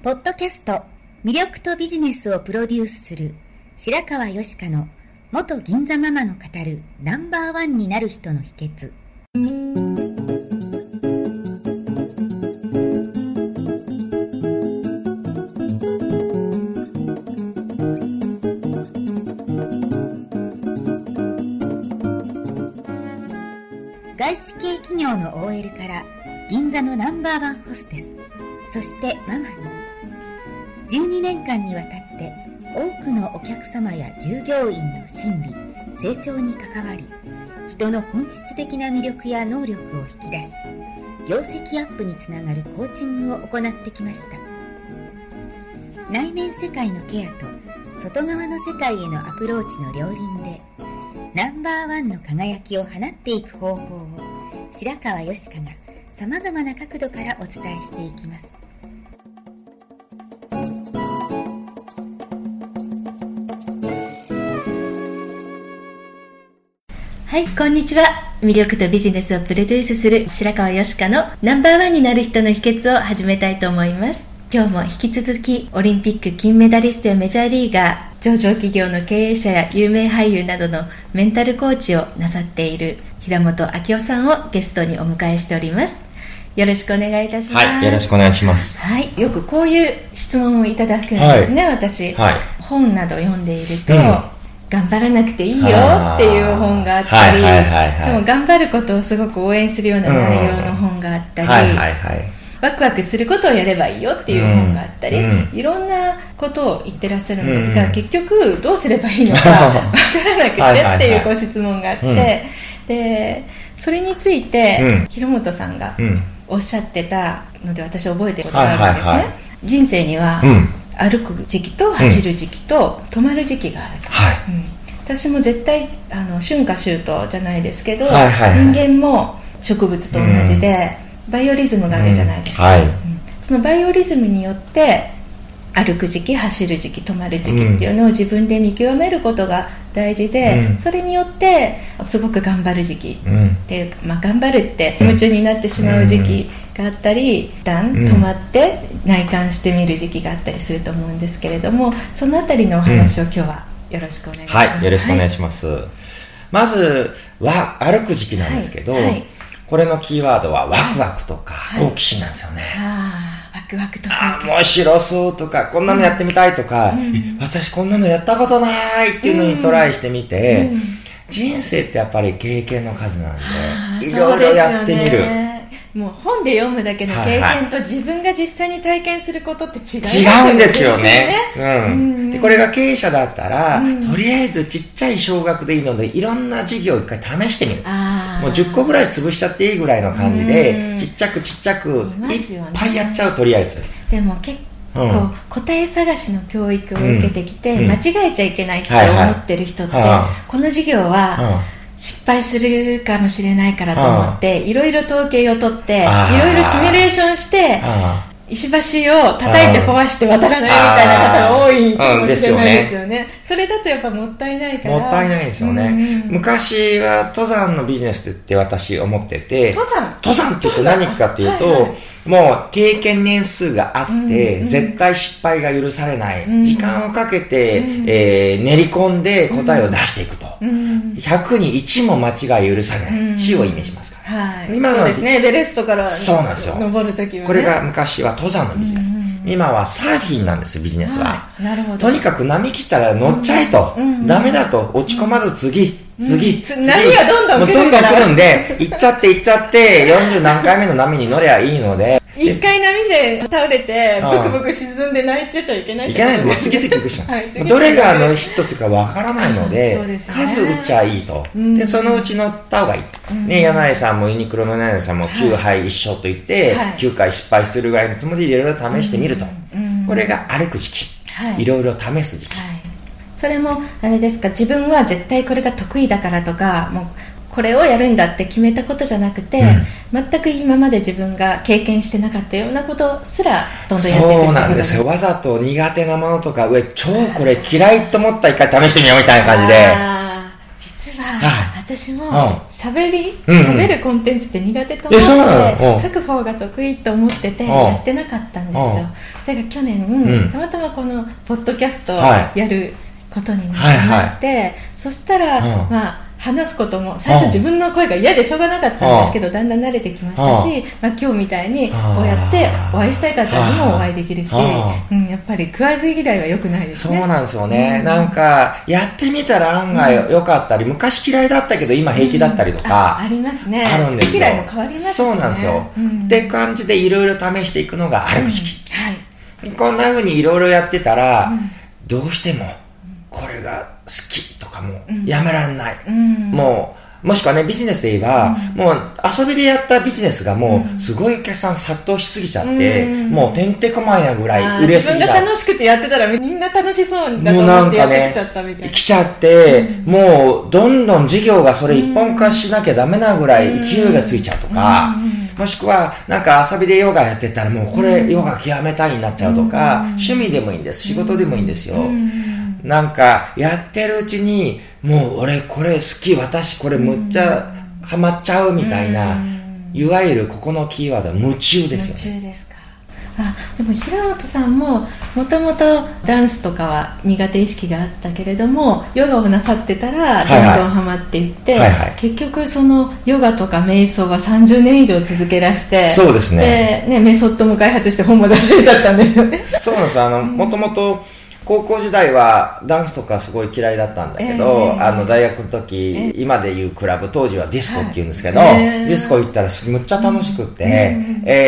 ポッドキャスト魅力とビジネスをプロデュースする白川よしかの元銀座ママの語るナンバーワンになる人の秘訣。外資系企業の OL から銀座のナンバーワンホステス、そしてママに12年間にわたって多くのお客様や従業員の心理、成長に関わり、人の本質的な魅力や能力を引き出し、業績アップにつながるコーチングを行ってきました。内面世界のケアと外側の世界へのアプローチの両輪でナンバーワンの輝きを放っていく方法を白川よしかがさまざまな角度からお伝えしていきます。 はい、こんにちは。魅力とビジネスをプロデュースする白川よしかのナンバーワンになる人の秘訣を始めたいと思います。今日も引き続きオリンピック金メダリストやメジャーリーガー、上場企業の経営者や有名俳優などのメンタルコーチをなさっている平本明夫さんをゲストにお迎えしております。よろしくお願いいたします。 はい、よろしくお願いします。 はい、よくこういう質問をいただくんですね、私、本など読んでいると、頑張らなくていいよっていう本があったり、でも頑張ることをすごく応援するような内容の本があったり、ワクワクすることをやればいいよっていう本があったり、いろんなことを言ってらっしゃるんですが、結局どうすればいいのかわからなくてっていうご質問があって、でそれについて、広本さんがおっしゃってたので私覚えてることがあるんですね。人生には、歩く時期と走る時期と止まる時期があると、私も絶対春夏秋冬じゃないですけど、人間も植物と同じで、バイオリズムがあるじゃないですか、そのバイオリズムによって歩く時期、走る時期、止まる時期っていうのを自分で見極めることが大事で、それによってすごく頑張る時期っていうか、頑張るって夢中になってしまう時期があったり、一旦止まって内観してみる時期があったりすると思うんですけれども、そのあたりのお話を今日はよろしくお願いします。 はい、よろしくお願いします。まずは歩く時期なんですけど、これのキーワードはワクワクとか好奇心なんですよね。 ワクワクとか面白そうとか、こんなのやってみたいとか、私こんなのやったことないっていうのにトライしてみて、人生ってやっぱり経験の数なんで、いろいろやってみる。 もう本で読むだけの経験と自分が実際に体験することって違うんですよね。でこれが経営者だったら、とりあえずちっちゃい少額でいいのでいろんな事業を一回試してみる。もう10個ぐらい潰しちゃっていいぐらいの感じで、ちっちゃくいっぱいやっちゃう、とりあえず。 でも結構答え探しの教育を受けてきて、間違えちゃいけないって思ってる人って、この授業は失敗するかもしれないからと思っていろいろ統計を取っていろいろシミュレーションして石橋を叩いて壊して渡らないみたいな方が多いかもしれないですよね。それだとやっぱもったいないから。 もったいないですよね。昔は登山のビジネスって私思ってて、登山って言って何かっていうと、もう経験年数があって、絶対失敗が許されない、時間をかけて、練り込んで答えを出していくと、100に1も間違い許されない、死をイメージしますから、今のそうですね、エベレストからそうなんですよ、 登るときはね。 これが昔は登山のビジネス、今はサーフィンなんです、ビジネスは。 なるほど。 とにかく波来たら乗っちゃえと、ダメだと落ち込まず次、 波がどんどん来るんで、行っちゃって、40何回目の波に乗ればいいので、 一回波で倒れて、ブクブク沈んで泣いちゃいけない。 いけないです。もう次々行くしかどれがヒットするかわからないので、数打っちゃいいと。で、そのうち乗った方がいい。ね、柳井さんもユニクロの柳井さんも9敗1勝と言って、9回失敗するぐらいのつもりでいろいろ試してみると。これが歩く時期。いろいろ試す時期。 それも、あれですか、自分は絶対これが得意だからとか、もうこれをやるんだって決めたことじゃなくて、全く今まで自分が経験してなかったようなことすらどんどんやっていく。 そうなんですよ。わざと苦手なものとか、超これ嫌いと思ったら一回試してみようみたいな感じで。 実は、私も喋るコンテンツって苦手と思って、書く方が得意と思っててやってなかったんですよ。 それが去年、たまたまこのポッドキャストをやることになりまして、そしたら、話すことも最初自分の声が嫌でしょうがなかったんですけど、だんだん慣れてきましたし、今日みたいにこうやってお会いしたい方にもお会いできるし、やっぱり食わず嫌いは良くないですね。 そうなんですよね。なんかやってみたら案外良かったり、昔嫌いだったけど今平気だったりとか、 ありますね。 あるんですよ。 好き嫌いも変わりますしね。 そうなんですよ。って感じでいろいろ試していくのが歩く時期。こんな風にいろいろやってたら、どうしてもこれが好きとかもやめらんない、もしくはね、ビジネスで言えば、もう遊びでやったビジネスがもうすごいお客さん殺到しすぎちゃって、もうてんてこまいなぐらい売れすぎた。 自分が楽しくてやってたらみんな楽しそうだと思ってやってきちゃったみたいな。 来ちゃって、もうどんどん事業がそれ一本化しなきゃダメなぐらい勢いがついちゃうとか、もしくはなんか遊びでヨガやってたらもうこれヨガ極めたいになっちゃうとか、趣味でもいいんです。仕事でもいいんですよ。なんかやってるうちにもう俺これ好き、私これむっちゃハマっちゃうみたいな、いわゆるここのキーワードは夢中ですよね。 夢中ですか。でも平本さんももともとダンスとかは苦手意識があったけれども、ヨガをなさってたらどんどんハマっていって、結局そのヨガとか瞑想は30年以上続けらして、 そうですね。 でね、メソッドも開発して本も出されちゃったんですよね。 そうなんです。もともと高校時代はダンスとかすごい嫌いだったんだけど、大学の時、今でいうクラブ、当時はディスコって言うんですけど、ディスコ行ったらむっちゃ楽しくって、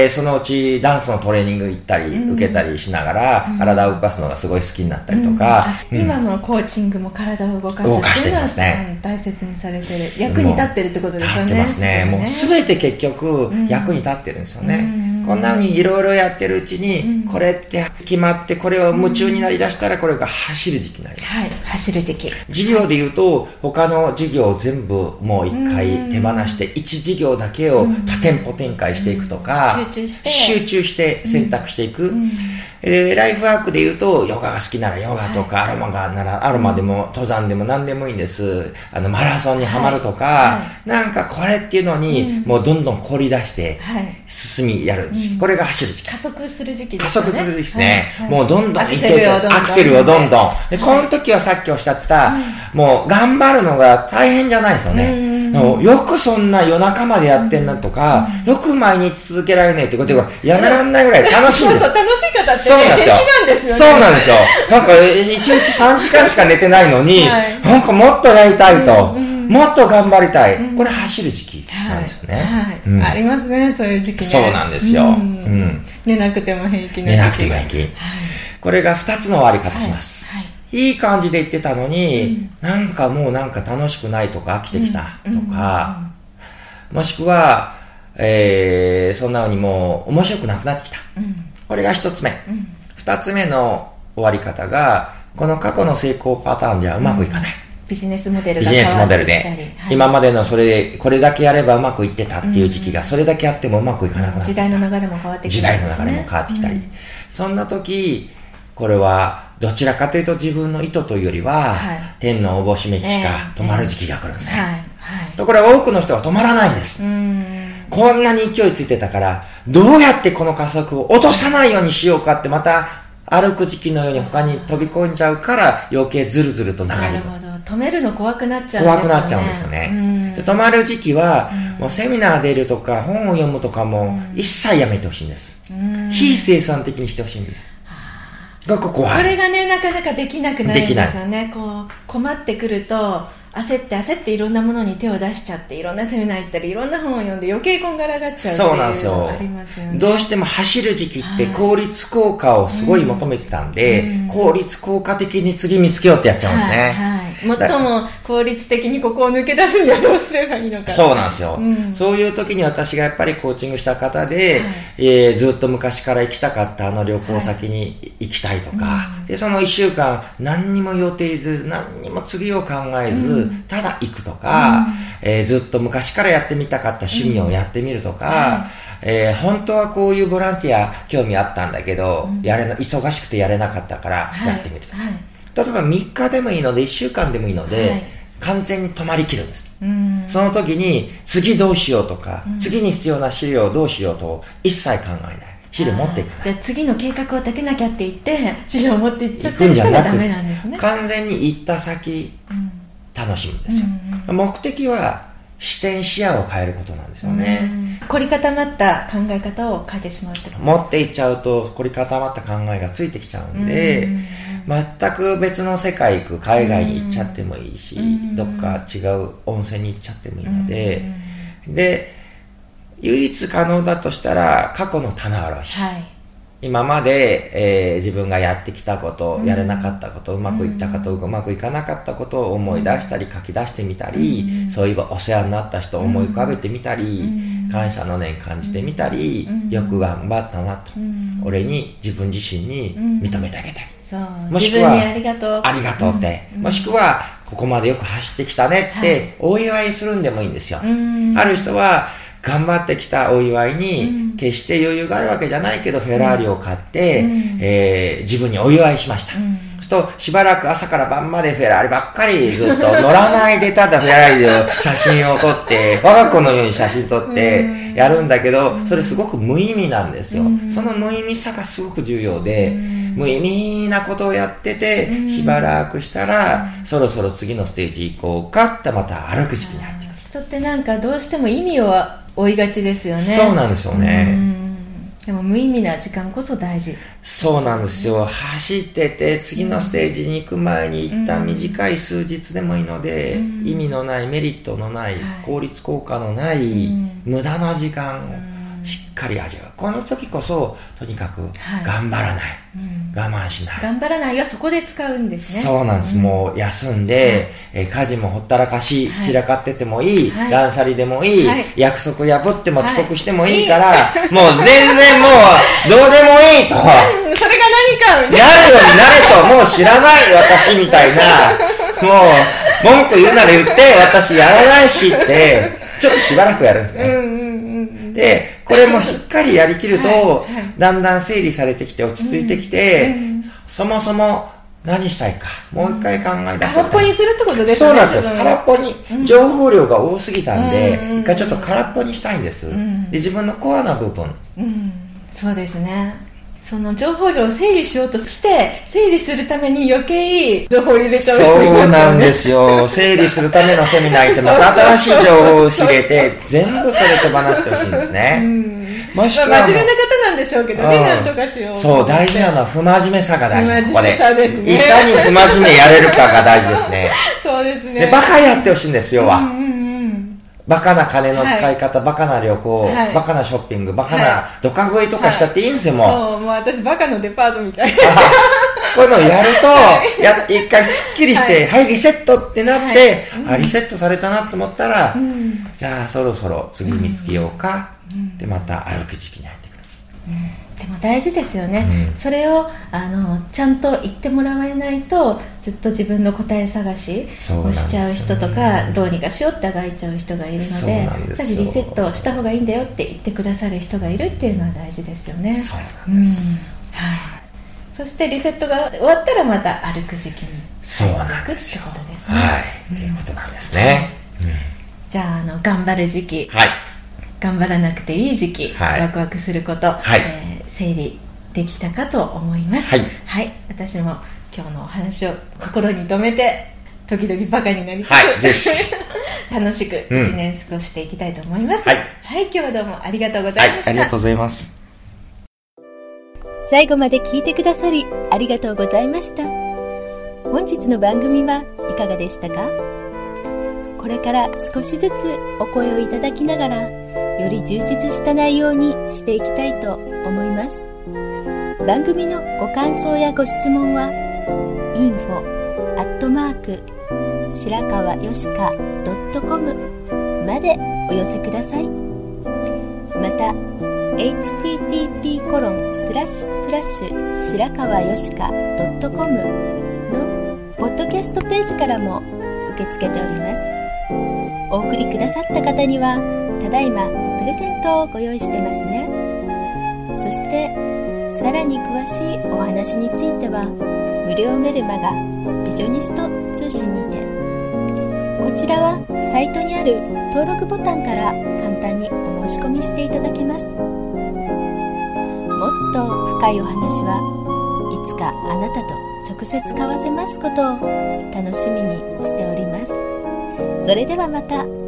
そのうちダンスのトレーニング行ったり、受けたりしながら、体を動かすのがすごい好きになったりとか。 今のコーチングも体を動かすっていうのは大切にされてる。役に立ってるってことですよね。 立ってますね。もう全て結局役に立ってるんですよね。こんな風にいろいろやってるうちに、これって決まって、これを夢中になりだしたら、これが走る時期になります。 走る時期。 事業で言うと、他の事業を全部もう一回手放して、一事業だけを多店舗展開していくとか、集中して選択していく。ライフワークで言うと、ヨガが好きならヨガとか、アロマならアロマでも、登山でも何でもいいんです。マラソンにはまるとか、なんかこれっていうのに、もうどんどん凝り出して、進みやる。これが走る時期。 加速する時期ですね。加速する時期ですね。もうどんどんアクセルをどんどん。で、この時はさっきおっしゃってた、もう頑張るのが大変じゃないですよね。よくそんな夜中までやってんなとか、よく毎日続けられねえってことはやめらんないぐらい楽しいんです。 そう楽しい方って平気なんですよね。 そうなんですよ。なんか1日3時間しか寝てないのに、なんかもっとやりたいと。もっと頑張りたい。これ走る時期なんですよね。 ありますね、そういう時期ね。 そうなんですよ。 寝なくても平気。 寝なくても平気。これが2つの終わり方します。いい感じで言ってたのに、なんかもうなんか楽しくないとか飽きてきたとか、もしくは、そんなのにもう面白くなくなってきた。これが1つ目。2つ目の終わり方が、この過去の成功パターンじゃうまくいかない。 ビジネスモデルで、今までのこれだけやればうまくいってたっていう時期が、それだけやってもうまくいかなくなってきた。 時代の流れも変わってきた。 時代の流れも変わってきたり。そんな時、これはどちらかというと自分の意図というよりは、天のおぼしめきしか止まる時期が来るんですね。これは多くの人は止まらないんです。こんなに勢いついてたから、どうやってこの加速を落とさないようにしようかってまた歩く時期のように他に飛び込んじゃうから余計ずるずると長引く。 止めるの怖くなっちゃうんですよね。 怖くなっちゃうんですよね。で止まる時期は、もうセミナー出るとか本を読むとかも一切やめてほしいんです。非生産的にしてほしいんです。が怖い。 それがね、なかなかできなくなるんですよね。困ってくると焦っていろんなものに手を出しちゃって、いろんなセミナー行ったりいろんな本を読んで余計こんがらがっちゃうっていうのがありますよね。 どうしても走る時期って効率効果をすごい求めてたんで、効率効果的に次見つけようってやっちゃうんですね。 最も効率的にここを抜け出すにはどうすればいいのか。 そうなんですよ。そういう時に私がやっぱりコーチングした方で、ずっと昔から行きたかった旅行先に行きたいとか、でその1週間何にも予定ず、何にも次を考えず、ただ行くとか、ずっと昔からやってみたかった趣味をやってみるとか、本当はこういうボランティア興味あったんだけど、忙しくてやれなかったからやってみるとか、例えば3日でもいいので1週間でもいいので、完全に止まりきるんです。その時に次どうしようとか、次に必要な資料をどうしようと一切考えない。 資料持っていく。 じゃあ次の計画を立てなきゃって言って資料を持っていっちゃったりしたらダメなんですね。 完全に行った先、楽しみですよ、目的は視点視野を変えることなんですよね。 凝り固まった考え方を変えてしまうってことです。 持っていっちゃうと凝り固まった考えがついてきちゃうんで、全く別の世界行く、海外に行っちゃってもいいし、どっか違う温泉に行っちゃってもいいので、で唯一可能だとしたら過去の棚卸し、今まで、自分がやってきたこと、やれなかったこと、うまくいったこと、うまくいかなかったことを思い出したり書き出してみたり、そういえばお世話になった人を思い浮かべてみたり、感謝の念感じてみたり、よく頑張ったなと、俺に自分自身に認めてあげたり、もしくはありがとうって、もしくはここまでよく走ってきたねってお祝いするんでもいいんですよ。ある人は頑張ってきたお祝いに、決して余裕があるわけじゃないけど、フェラーリを買って、自分にお祝いしました。そうすると、しばらく朝から晩までフェラーリばっかりずっと乗らないで、ただフェラーリで写真を撮って、我が子のように写真撮ってやるんだけど、それすごく無意味なんですよ。その無意味さがすごく重要で、無意味なことをやってて、しばらくしたら、そろそろ次のステージ行こうかってまた歩く時期に入ってくる。 人ってなんかどうしても意味を追いがちですよね。 そうなんですよね。 でも無意味な時間こそ大事。 そうなんですよ。走ってて次のステージに行く前に一旦短い数日でもいいので、意味のない、メリットのない、効率効果のない、無駄な時間をしっかり味わう。この時こそとにかく頑張らない、我慢しない。 頑張らないはそこで使うんですね。 そうなんです。もう休んで、家事もほったらかし、散らかっててもいい、断捨離でもいい、約束破っても遅刻してもいいから、もう全然もうどうでもいいと。 それが何かみたいな。 やるようになれと、もう知らない私みたいな、もう文句言うなら言って、私やらないしって、ちょっとしばらくやるんですね。で、これもしっかりやりきると、だんだん整理されてきて落ち着いてきて、そもそも何したいか、もう一回考え出そう。 空っぽにするってことですね。 そうなんですよ。空っぽに、情報量が多すぎたんで、一回ちょっと空っぽにしたいんです。で、自分のコアな部分。 そうですね。その情報量を整理しようとして、整理するために余計いい情報を入れちゃう人いますよね。 そうなんですよ。整理するためのセミナー行ってまた新しい情報を仕入れて、全部それ手放してほしいんですね。 もしくは真面目な方なんでしょうけどね、なんとかしよう。 そう、大事なのは不真面目さが大事。 ここで。いかに不真面目やれるかが大事ですね。 そうですね。 で、バカやってほしいんです、要は。バカな金の使い方、バカな旅行、バカなショッピング、バカなドカ食いとかしちゃっていいんですよ、もう。 そう、もう私バカのデパートみたいな。 こういうのをやると、やって一回スッキリして、はい、リセットってなって、リセットされたなと思ったら、じゃあそろそろ次見つけようか、でまた歩く時期に入ってくる。 でも大事ですよね、それをちゃんと言ってもらわないとずっと自分の答え探しをしちゃう人とか、どうにかしようってあがいちゃう人がいるので、やっぱりリセットした方がいいんだよって言ってくださる人がいるっていうのは大事ですよね。 そうなんです、 そしてリセットが終わったらまた歩く時期にそうなんですよ。 ってことですね。 っていうことなんですね。 じゃあ頑張る時期、頑張らなくていい時期、ワクワクすること、整理できたかと思います。私も今日のお話を心に留めて時々バカになりつつ、 ぜひ楽しく1年過ごしていきたいと思います。今日はどうもありがとうございました。 ありがとうございます。 最後まで聞いてくださりありがとうございました。本日の番組はいかがでしたか？これから少しずつお声をいただきながら、より充実した内容にしていきたいと思います。番組のご感想やご質問は info@ 白川よしか .com までお寄せください。またhttp:// 白川よしか .com のポッドキャストページからも受け付けております。お送りくださった方にはただいまプレゼントをご用意してますね。そしてさらに詳しいお話については無料メルマガビジョニスト通信にて、こちらはサイトにある登録ボタンから簡単にお申し込みしていただけます。 もっと深いお話はいつかあなたと直接交わせますことを楽しみにしております。それではまた。